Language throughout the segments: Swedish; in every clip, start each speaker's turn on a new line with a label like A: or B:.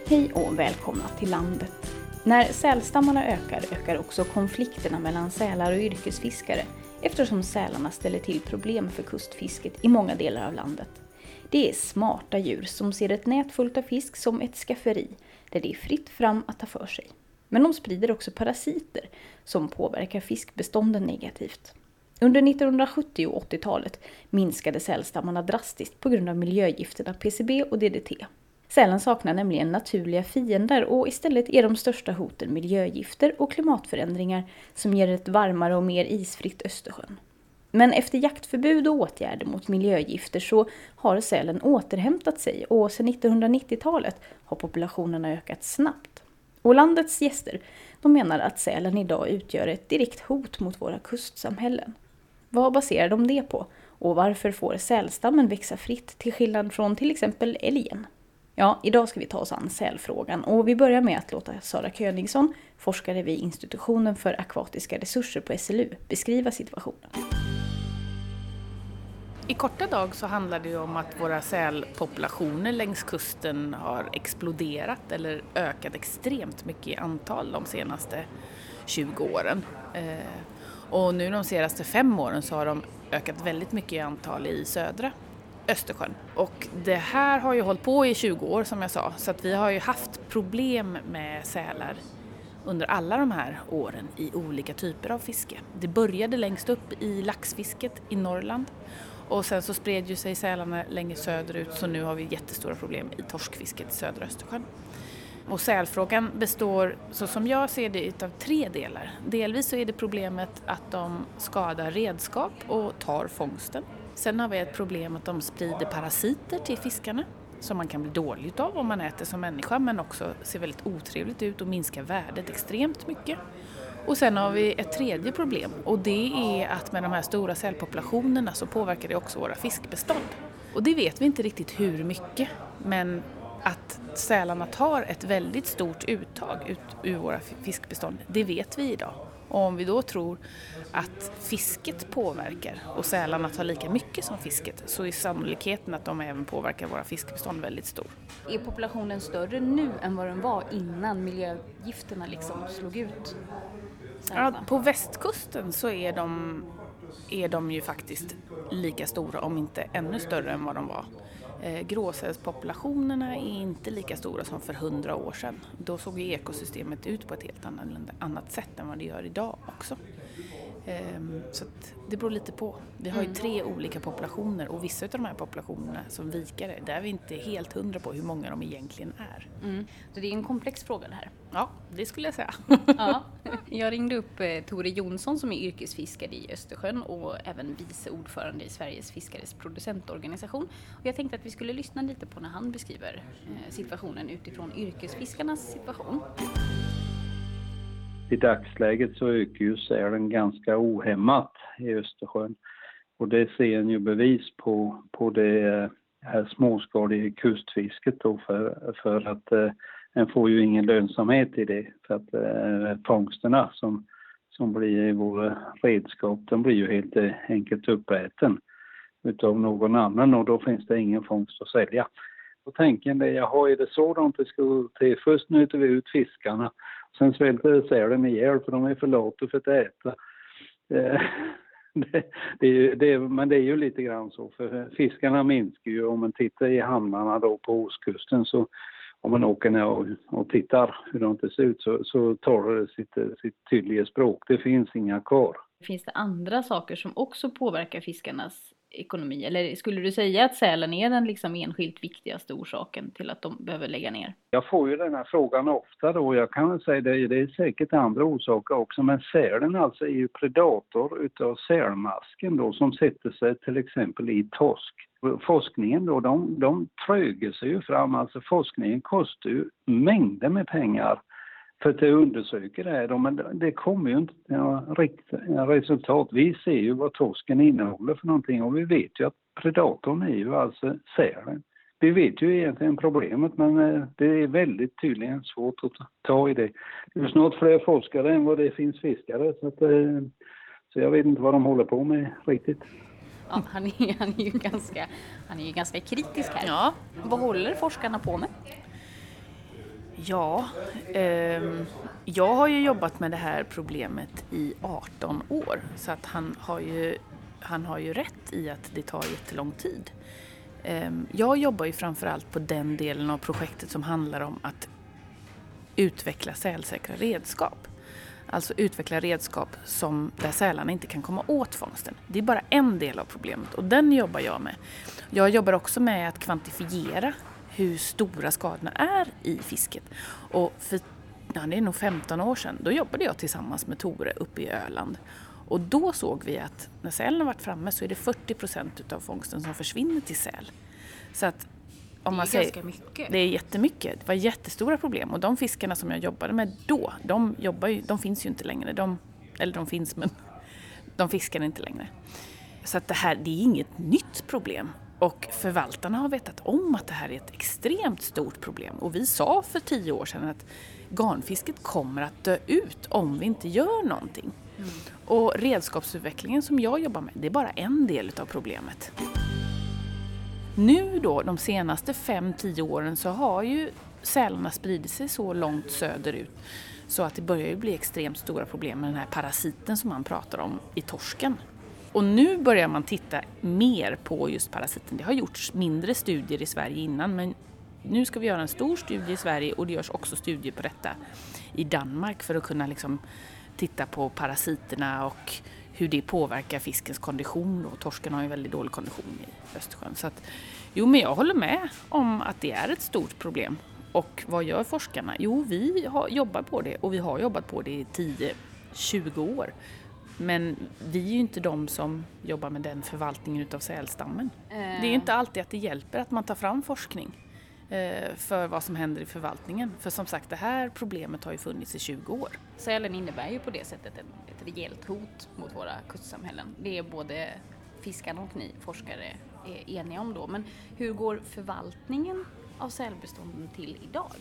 A: Hej och välkomna till landet. När sälstammarna ökar också konflikterna mellan sälar och yrkesfiskare eftersom sälarna ställer till problem för kustfisket i många delar av landet. Det är smarta djur som ser ett nät fullt av fisk som ett skafferi där det är fritt fram att ta för sig. Men de sprider också parasiter som påverkar fiskbestånden negativt. Under 1970- och 80-talet minskade sälstammarna drastiskt på grund av miljögifterna PCB och DDT. Sälen saknar nämligen naturliga fiender och istället är de största hoten miljögifter och klimatförändringar som ger ett varmare och mer isfritt Östersjön. Men efter jaktförbud och åtgärder mot miljögifter så har sälen återhämtat sig och sedan 1990-talet har populationerna ökat snabbt. Och landets gäster de menar att sälen idag utgör ett direkt hot mot våra kustsamhällen. Vad baserar de det på? Och varför får sälstammen växa fritt till skillnad från till exempel älgen? Ja, idag ska vi ta oss an sälfrågan och vi börjar med att låta Sara Königsson, forskare vid Institutionen för akvatiska resurser på SLU, beskriva situationen.
B: I korta drag så handlar det om att våra sälpopulationer längs kusten har exploderat eller ökat extremt mycket i antal de senaste 20 åren. Och nu de senaste 5 åren så har de ökat väldigt mycket i antal i södra Östersjön. Och det här har ju hållit på i 20 år som jag sa, så att vi har ju haft problem med sälar under alla de här åren i olika typer av fiske. Det började längst upp i laxfisket i Norrland och sen så spred ju sig sälarna längre söderut, så nu har vi jättestora problem i torskfisket i södra Östersjön. Och sälfrågan består, så som jag ser det, av 3 delar. Delvis så är det problemet att de skadar redskap och tar fångsten. Sen har vi ett problem att de sprider parasiter till fiskarna som man kan bli dålig av om man äter som människa, men också ser väldigt otrevligt ut och minskar värdet extremt mycket. Och sen har vi ett tredje problem och det är att med de här stora sälpopulationerna så påverkar det också våra fiskbestånd. Och det vet vi inte riktigt hur mycket, men att sälarna tar ett väldigt stort uttag ut ur våra fiskbestånd, det vet vi idag. Och om vi då tror att fisket påverkar och sälarna tar lika mycket som fisket, så är sannolikheten att de även påverkar våra fiskbestånd väldigt stor.
A: Är populationen större nu än vad den var innan miljögifterna liksom slog ut?
B: Ja, på västkusten så är de ju faktiskt lika stora, om inte ännu större än vad de var. Gråsälspopulationerna är inte lika stora som för 100 år sedan. Då såg ju ekosystemet ut på ett helt annat sätt än vad det gör idag också. Så att det beror lite på. Vi har ju 3 olika populationer och vissa av de här populationerna som vikare, där är vi inte helt 100 på hur många de egentligen är.
A: Så det är en komplex fråga det här.
B: Ja, det skulle jag säga.
A: Ja. Jag ringde upp Tore Jonsson som är yrkesfiskare i Östersjön och även vice ordförande i Sveriges fiskares producentorganisation. Och jag tänkte att vi skulle lyssna lite på när han beskriver situationen utifrån yrkesfiskarnas situation.
C: I dagsläget så ökar ju sälen ganska ohämmat i Östersjön. Och det ser en ju bevis på det här småskaliga kustfisket då för att en får ju ingen lönsamhet i det. För att fångsterna som blir i våra redskap, de blir ju helt enkelt uppäten utav någon annan och då finns det ingen fångst att sälja. Och tänken är, är det sådant det ska till? Först nöter vi ut fiskarna. Sen svälter sälen ihjäl för de är för lata för att äta. Men det är ju lite grann så. För fiskarna minskar ju. Om man tittar i hamnarna då på ostkusten, så om man åker ner och tittar hur de inte ser ut, så talar det sitt tydliga språk. Det finns inga kvar.
A: Finns det andra saker som också påverkar fiskarnas ekonomi? Eller skulle du säga att sälen är den liksom enskilt viktigaste orsaken till att de behöver lägga ner?
C: Jag får ju den här frågan ofta då. Jag kan säga det är säkert andra orsaker också. Men sälen alltså är ju predator utav sälmasken då, som sätter sig till exempel i torsk. Forskningen då, de tröger sig ju fram. Alltså forskningen kostar ju mängder med pengar för att undersöka det här då, men det kommer ju inte riktigt resultat. Vi ser ju vad torsken innehåller för någonting och vi vet ju att predatorn är ju alltså sälen. Vi vet ju egentligen problemet, men det är väldigt tydligen svårt att ta i det. Det är snart fler forskare än vad det finns fiskare, så jag vet inte vad de håller på med riktigt.
A: Ja, han är ju ganska kritisk här.
B: Ja.
A: Vad håller forskarna på med?
B: Ja, jag har ju jobbat med det här problemet i 18 år, så att han har ju rätt i att det tar jättelång tid. Jag jobbar ju framförallt på den delen av projektet som handlar om att utveckla sälsäkra redskap. Alltså utveckla redskap där sälarna inte kan komma åt fångsten. Det är bara en del av problemet och den jobbar jag med. Jag jobbar också med att kvantifiera hur stora skadorna är i fisket. Och det är nog 15 år sedan, då jobbade jag tillsammans med Tore uppe i Öland. Och då såg vi att när sälen har varit framme så är det 40% av fångsten som försvinner till säl. Så att om man säger,
A: ganska mycket.
B: Det är jättemycket. Det var jättestora problem. Och de fiskarna som jag jobbade med då, de finns ju inte längre. De finns, men de fiskar inte längre. Så att det är inget nytt problem. Och förvaltarna har vetat om att det här är ett extremt stort problem. Och vi sa för 10 år sedan att garnfisket kommer att dö ut om vi inte gör någonting. Och redskapsutvecklingen som jag jobbar med, det är bara en del av problemet. Nu då, de senaste 5-10 åren, så har ju sälarna spridit sig så långt söderut så att det börjar ju bli extremt stora problem med den här parasiten som man pratar om i torsken. Och nu börjar man titta mer på just parasiten. Det har gjorts mindre studier i Sverige innan, men nu ska vi göra en stor studie i Sverige och det görs också studier på detta i Danmark för att kunna titta på parasiterna och hur det påverkar fiskens kondition. Och torsken har ju väldigt dålig kondition i Östersjön. Så att, men jag håller med om att det är ett stort problem. Och vad gör forskarna? Jo, vi jobbar på det och vi har jobbat på det i 10-20 år. Men vi är ju inte de som jobbar med den förvaltningen utav sälstammen. Det är ju inte alltid att det hjälper att man tar fram forskning för vad som händer i förvaltningen. För som sagt, det här problemet har ju funnits i 20 år.
A: Sälen innebär ju på det sättet ett rejält hot mot våra kustsamhällen. Det är både fiskarna och ni forskare är eniga om då. Men hur går förvaltningen av sälbestånden till idag?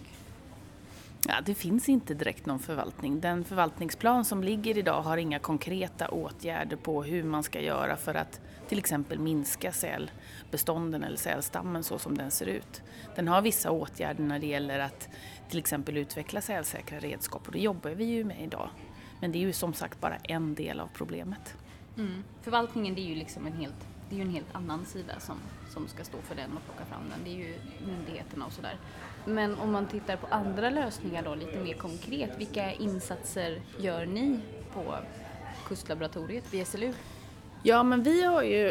B: Ja, det finns inte direkt någon förvaltning. Den förvaltningsplan som ligger idag har inga konkreta åtgärder på hur man ska göra för att till exempel minska sälbestånden eller sälstammen så som den ser ut. Den har vissa åtgärder när det gäller att till exempel utveckla sälsäkra redskap och det jobbar vi ju med idag. Men det är ju som sagt bara en del av problemet.
A: Förvaltningen, det är ju liksom en helt annan sida som ska stå för den och plocka fram den. Det är ju myndigheterna och sådär. Men om man tittar på andra lösningar då, lite mer konkret, vilka insatser gör ni på Kustlaboratoriet vid SLU?
B: Ja, men vi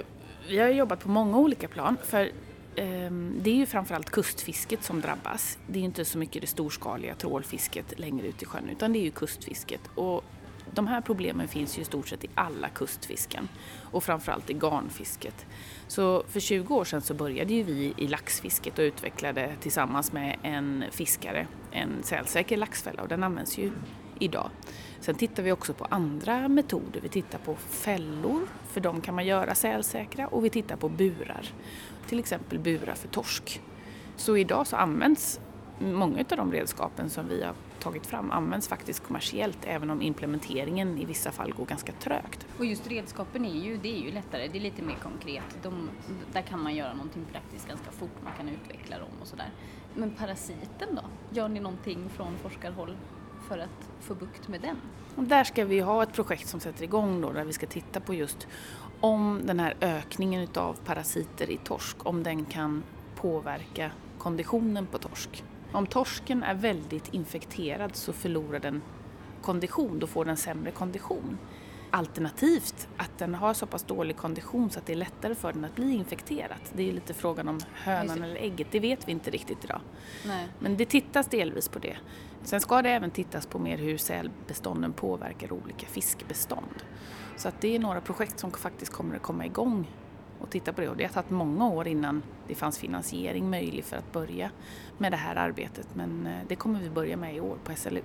B: har jobbat på många olika plan. För det är ju framförallt kustfisket som drabbas. Det är inte så mycket det storskaliga trålfisket längre ut i sjön, utan det är ju kustfisket. Och de här problemen finns ju i stort sett i alla kustfisken och framförallt i garnfisket. Så för 20 år sedan så började ju vi i laxfisket och utvecklade tillsammans med en fiskare en sälsäker laxfälla och den används ju idag. Sen tittar vi också på andra metoder. Vi tittar på fällor, för de kan man göra sälsäkra, och vi tittar på burar. Till exempel burar för torsk. Så idag så används många av de redskapen som vi har tagit fram används faktiskt kommersiellt, även om implementeringen i vissa fall går ganska trögt.
A: Och just redskapen det är ju lättare, det är lite mer konkret. Där kan man göra någonting praktiskt ganska fort, man kan utveckla dem och sådär. Men parasiten då? Gör ni någonting från forskarhåll för att få bukt med den?
B: Och där ska vi ha ett projekt som sätter igång då, där vi ska titta på just om den här ökningen av parasiter i torsk, om den kan påverka konditionen på torsk. Om torsken är väldigt infekterad så förlorar den kondition, då får den sämre kondition. Alternativt att den har så pass dålig kondition så att det är lättare för den att bli infekterad. Det är lite frågan om hönan eller ägget, det vet vi inte riktigt idag.
A: Nej.
B: Men det tittas delvis på det. Sen ska det även tittas på mer hur sälbestånden påverkar olika fiskbestånd. Så att det är några projekt som faktiskt kommer att komma igång och titta på det. Och det har tagit många år innan det fanns finansiering möjlig för att börja med det här arbetet. Men det kommer vi börja med i år på SLU.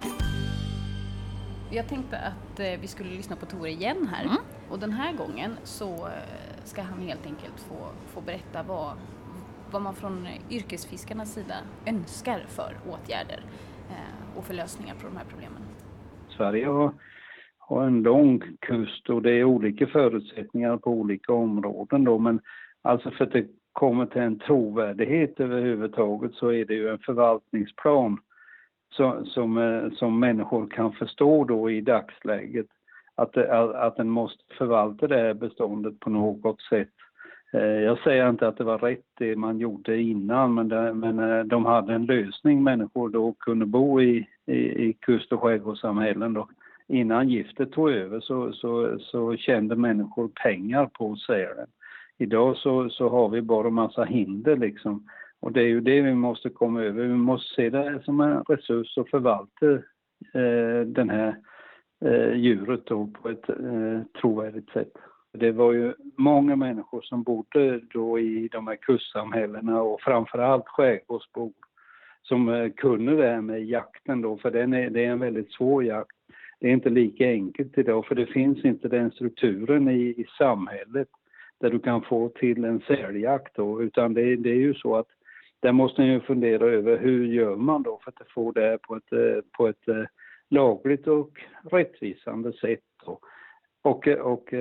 A: Jag tänkte att vi skulle lyssna på Tore igen här. Och den här gången så ska han helt enkelt få berätta vad man från yrkesfiskarnas sida önskar för åtgärder och för lösningar på de här problemen.
C: Sverige har en lång kust och det är olika förutsättningar på olika områden då, men alltså för att det kommer till en trovärdighet överhuvudtaget så är det ju en förvaltningsplan som människor kan förstå då i dagsläget. Att den måste förvalta det här beståndet på något sätt. Jag säger inte att det var rätt det man gjorde innan, men de hade en lösning. Människor då kunde bo i kust- och skärgårdssamhällen då. Innan giftet tog över så tjänade människor pengar på sälen. Idag så har vi bara en massa hinder liksom. Och det är ju det vi måste komma över. Vi måste se det här som en resurs och förvalta den här djuret då på ett trovärdigt sätt. Det var ju många människor som bodde då i de här kustsamhällena och framförallt skärgårdsbor som kunde det här med jakten då, för det är en väldigt svår jakt. Det är inte lika enkelt idag, för det finns inte den strukturen i samhället där du kan få till en säljakt då, utan det är ju så att där måste man ju fundera över hur gör man då för att få det på ett lagligt och rättvisande sätt då. Och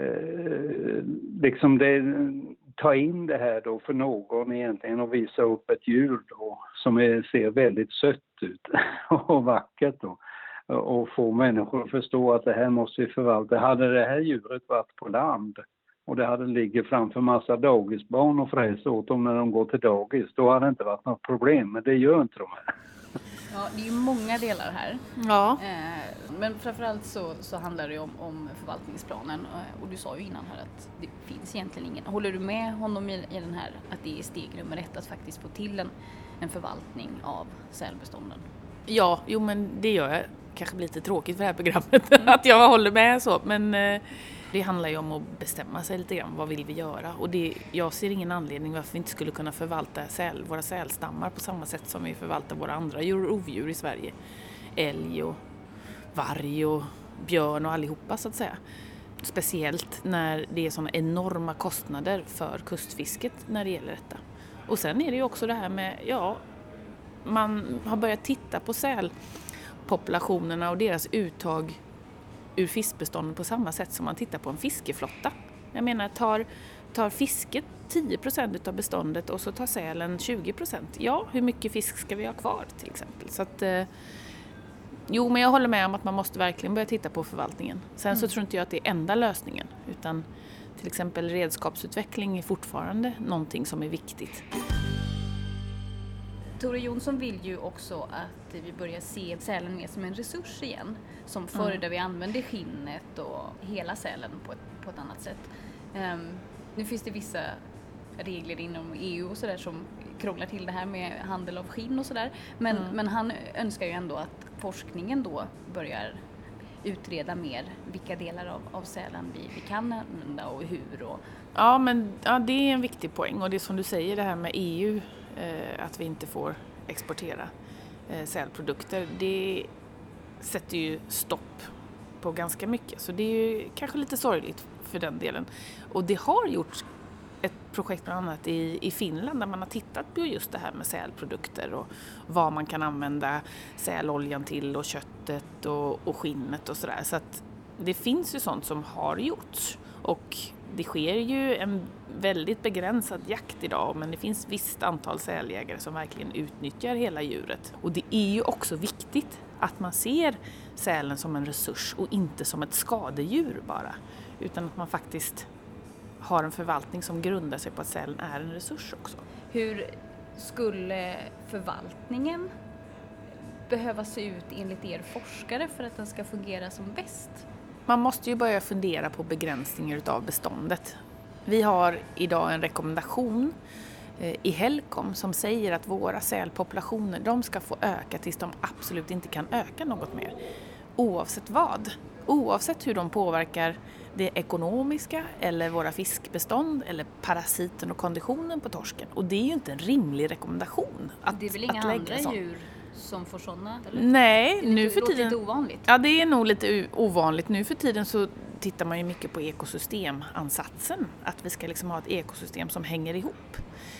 C: liksom ta in det här då för någon egentligen och visa upp ett djur då som ser väldigt sött ut och vackert då. Och få människor att förstå att det här måste vi förvalta. Hade det här djuret varit på land och det hade ligger framför massa dagisbarn och fräs åt dem när de går till dagis, då hade det inte varit något problem, men det gör inte de här.
A: Ja, det är ju många delar här.
B: Ja.
A: Men framförallt så handlar det ju om förvaltningsplanen. Och du sa ju innan här att det finns egentligen ingen. Håller du med honom i den här att det är steg nummer 1 att faktiskt få till en förvaltning av sälbestånden?
B: Ja, jo men det gör jag. Kanske blir lite tråkigt för det här programmet att jag håller med så. Men det handlar ju om att bestämma sig lite grann. Vad vill vi göra? Och jag ser ingen anledning varför vi inte skulle kunna förvalta våra sälstammar på samma sätt som vi förvaltar våra andra rovdjur i Sverige. Älg och varg och björn och allihopa så att säga. Speciellt när det är sådana enorma kostnader för kustfisket när det gäller detta. Och sen är det ju också det här med, man har börjat titta på sälpopulationerna och deras uttag ur fiskbestånden på samma sätt som man tittar på en fiskeflotta. Jag menar, tar fisket 10% av beståndet och så tar sälen 20%. Ja, hur mycket fisk ska vi ha kvar till exempel? Så att, men jag håller med om att man måste verkligen börja titta på förvaltningen. Sen så tror inte jag att det är enda lösningen, utan till exempel redskapsutveckling är fortfarande någonting som är viktigt.
A: Tore Jonsson vill ju också att vi börjar se sälen mer som en resurs igen. Som förr där vi använde skinnet och hela sälen på ett annat sätt. Nu finns det vissa regler inom EU och sådär som krånglar till det här med handel av skinn och sådär. Men han önskar ju ändå att forskningen då börjar utreda mer vilka delar av sälen vi kan använda och hur.
B: Ja, det är en viktig poäng. Och det är som du säger, det här med EU, att vi inte får exportera sälprodukter, det sätter ju stopp på ganska mycket. Så det är ju kanske lite sorgligt för den delen. Och det har gjorts ett projekt bland annat i Finland där man har tittat på just det här med sälprodukter och vad man kan använda säloljan till och köttet och skinnet och sådär. Så att det finns ju sånt som har gjorts och det sker ju en väldigt begränsad jakt idag, men det finns visst antal säljägare som verkligen utnyttjar hela djuret. Och det är ju också viktigt att man ser sälen som en resurs och inte som ett skadedjur bara, utan att man faktiskt har en förvaltning som grundar sig på att sälen är en resurs också.
A: Hur skulle förvaltningen behöva se ut enligt er forskare för att den ska fungera som bäst?
B: Man måste ju börja fundera på begränsningar av beståndet. Vi har idag en rekommendation i Helcom som säger att våra sälpopulationer, de ska få öka tills de absolut inte kan öka något mer. Oavsett vad. Oavsett hur de påverkar det ekonomiska eller våra fiskbestånd eller parasiten och konditionen på torsken. Och det är ju inte en rimlig rekommendation.
A: Det är väl inga andra djur som får sådana? Eller?
B: Nej, nu för tiden.
A: Det låter lite ovanligt.
B: Ja, det är nog lite ovanligt. Nu för tiden så tittar man ju mycket på ekosystemansatsen. Att vi ska liksom ha ett ekosystem som hänger ihop.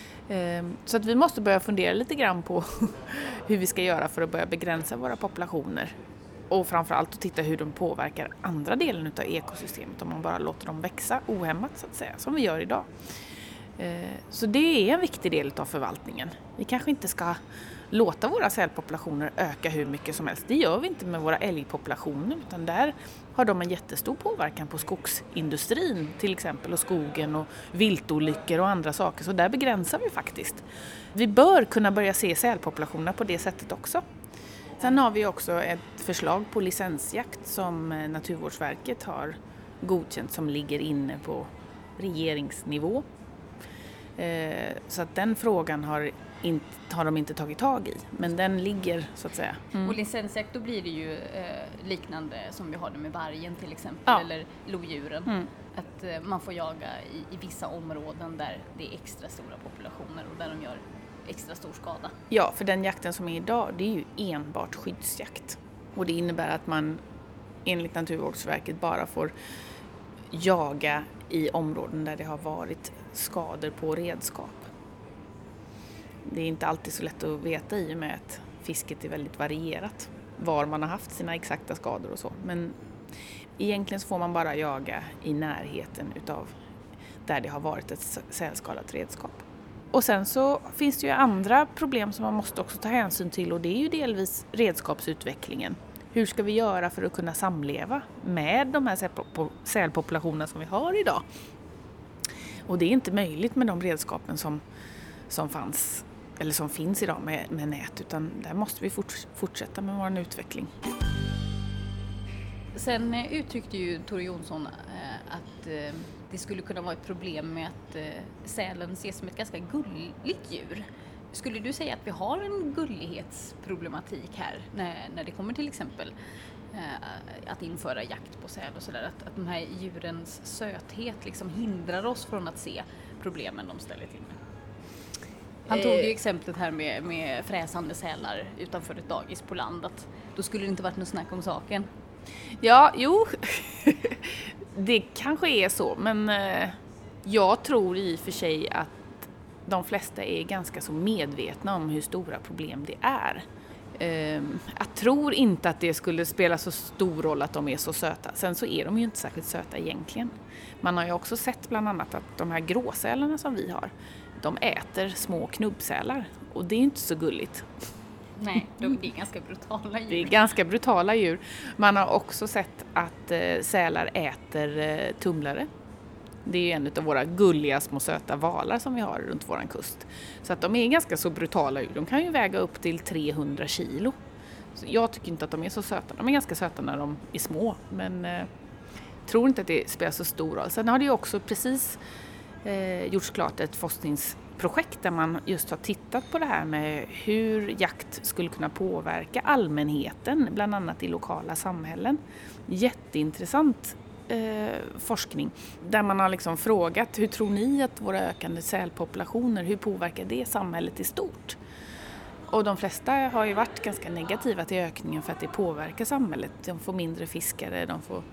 B: Så att vi måste börja fundera lite grann på hur vi ska göra för att börja begränsa våra populationer. Och framförallt att titta hur de påverkar andra delen av ekosystemet om man bara låter dem växa ohämmat så att säga, som vi gör idag. Så det är en viktig del av förvaltningen. Vi kanske inte ska låta våra sälpopulationer öka hur mycket som helst. Det gör vi inte med våra älgpopulationer, utan där har de en jättestor påverkan på skogsindustrin till exempel, och skogen och viltolyckor och andra saker. Så där begränsar vi faktiskt. Vi bör kunna börja se sälpopulationerna på det sättet också. Sen har vi också ett förslag på licensjakt som Naturvårdsverket har godkänt, som ligger inne på regeringsnivå. Så att den frågan har de inte tagit tag i, men den ligger så att säga.
A: Och licensjakt, då blir det ju liknande som vi har det med vargen till exempel, eller lodjuren. Att man får jaga i vissa områden där det är extra stora populationer och där de gör extra stor skada.
B: Ja, för den jakten som är idag, det är ju enbart skyddsjakt. Och det innebär att man enligt Naturvårdsverket bara får jaga i områden där det har varit skador på redskap. Det är inte alltid så lätt att veta i och med att fisket är väldigt varierat, var man har haft sina exakta skador och så. Men egentligen så får man bara jaga i närheten utav där det har varit ett sälskadat redskap. Och sen så finns det ju andra problem som man måste också ta hänsyn till, och det är ju delvis redskapsutvecklingen. Hur ska vi göra för att kunna samleva med de här sälpopulationerna som vi har idag? Och det är inte möjligt med de redskapen som fanns eller som finns idag med nät, utan där måste vi fortsätta med vår utveckling.
A: Sen uttryckte ju Tore Jonsson att det skulle kunna vara ett problem med att sälen ses som ett ganska gulligt djur. Skulle du säga att vi har en gullighetsproblematik här när det kommer till exempel att införa jakt på säl och sådär, att de här djurens söthet liksom hindrar oss från att se problemen de ställer till med? Han tog ju exemplet här med fräsande sälar utanför ett dagis på landet. Då skulle det inte varit något snack om saken.
B: Ja, jo, det kanske är så, men jag tror i och för sig att de flesta är ganska så medvetna om hur stora problem det är. Jag tror inte att det skulle spela så stor roll att de är så söta. Sen så är de ju inte särskilt söta egentligen. Man har ju också sett bland annat att de här gråsälarna som vi har, de äter små knubbsälar, och det är inte så gulligt.
A: Nej, det är ganska brutala djur.
B: Det är ganska brutala djur. Man har också sett att sälar äter tumlare. Det är ju en av våra gulliga små söta valar som vi har runt våran kust. Så att de är ganska så brutala djur. De kan ju väga upp till 300 kilo. Så jag tycker inte att de är så söta. De är ganska söta när de är små, men tror inte att det spelar så stor roll. Sen har det ju också precis gjorts klart ett forskningsprojekt där man just har tittat på det här med hur jakt skulle kunna påverka allmänheten, bland annat i lokala samhällen. Jätteintressant forskning där man har liksom frågat: hur tror ni att våra ökande sälpopulationer, hur påverkar det samhället i stort? Och de flesta har ju varit ganska negativa till ökningen för att det påverkar samhället. De får mindre fiskare,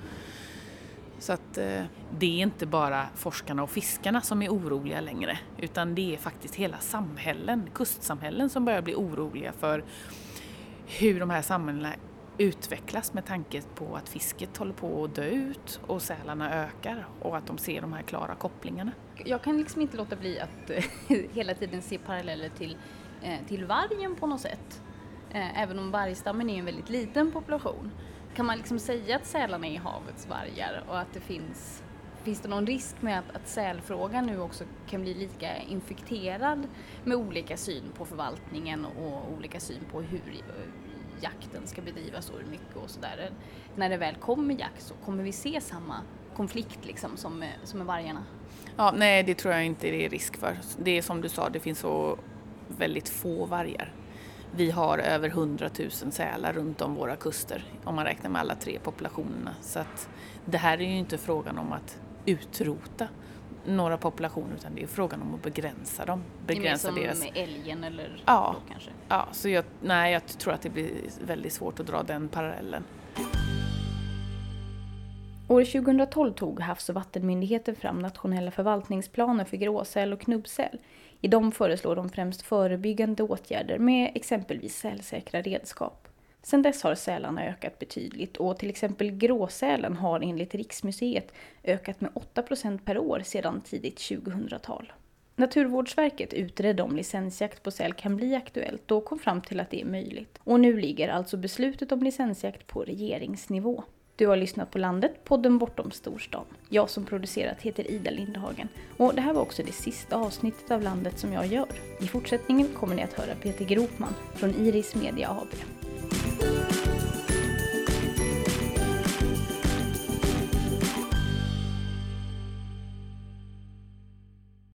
B: så att det är inte bara forskarna och fiskarna som är oroliga längre, utan det är faktiskt hela samhällen, kustsamhällen, som börjar bli oroliga för hur de här samhällena utvecklas med tanke på att fisket håller på att dö ut och sälarna ökar och att de ser de här klara kopplingarna.
A: Jag kan liksom inte låta bli att hela tiden se paralleller till vargen på något sätt. Även om vargstammen är en väldigt liten population. Kan man liksom säga att sälarna är havets vargar och att det finns det någon risk med att sälfrågan nu också kan bli lika infekterad med olika syn på förvaltningen och olika syn på hur jakten ska bedrivas och hur mycket och sådär. När det väl kommer jakt så kommer vi se samma konflikt liksom som med vargarna.
B: Ja, nej, det tror jag inte det är risk för. Det är som du sa, det finns så väldigt få vargar. Vi har över 100 000 sälar runt om våra kuster om man räknar med alla 3 populationerna. Så att det här är ju inte frågan om att utrota några populationer, utan det är frågan om att begränsa dem. Begränsa
A: det är mer som
B: deras...
A: med älgen eller
B: ja,
A: då, kanske?
B: Ja, så jag tror att det blir väldigt svårt att dra den parallellen.
A: År 2012 tog Havs- och vattenmyndigheten fram nationella förvaltningsplaner för gråsäl och knubbsäl. I dem föreslår de främst förebyggande åtgärder med exempelvis sälsäkra redskap. Sedan dess har sälarna ökat betydligt och till exempel gråsälen har enligt Riksmuseet ökat med 8% per år sedan tidigt 2000-tal. Naturvårdsverket utredde om licensjakt på säl kan bli aktuellt och kom fram till att det är möjligt. Och nu ligger alltså beslutet om licensjakt på regeringsnivå. Du har lyssnat på Landet, podden bortom storstan. Jag som producerat heter Ida Lindhagen och det här var också det sista avsnittet av Landet som jag gör. I fortsättningen kommer ni att höra Peter Gropman från Iris Media AB.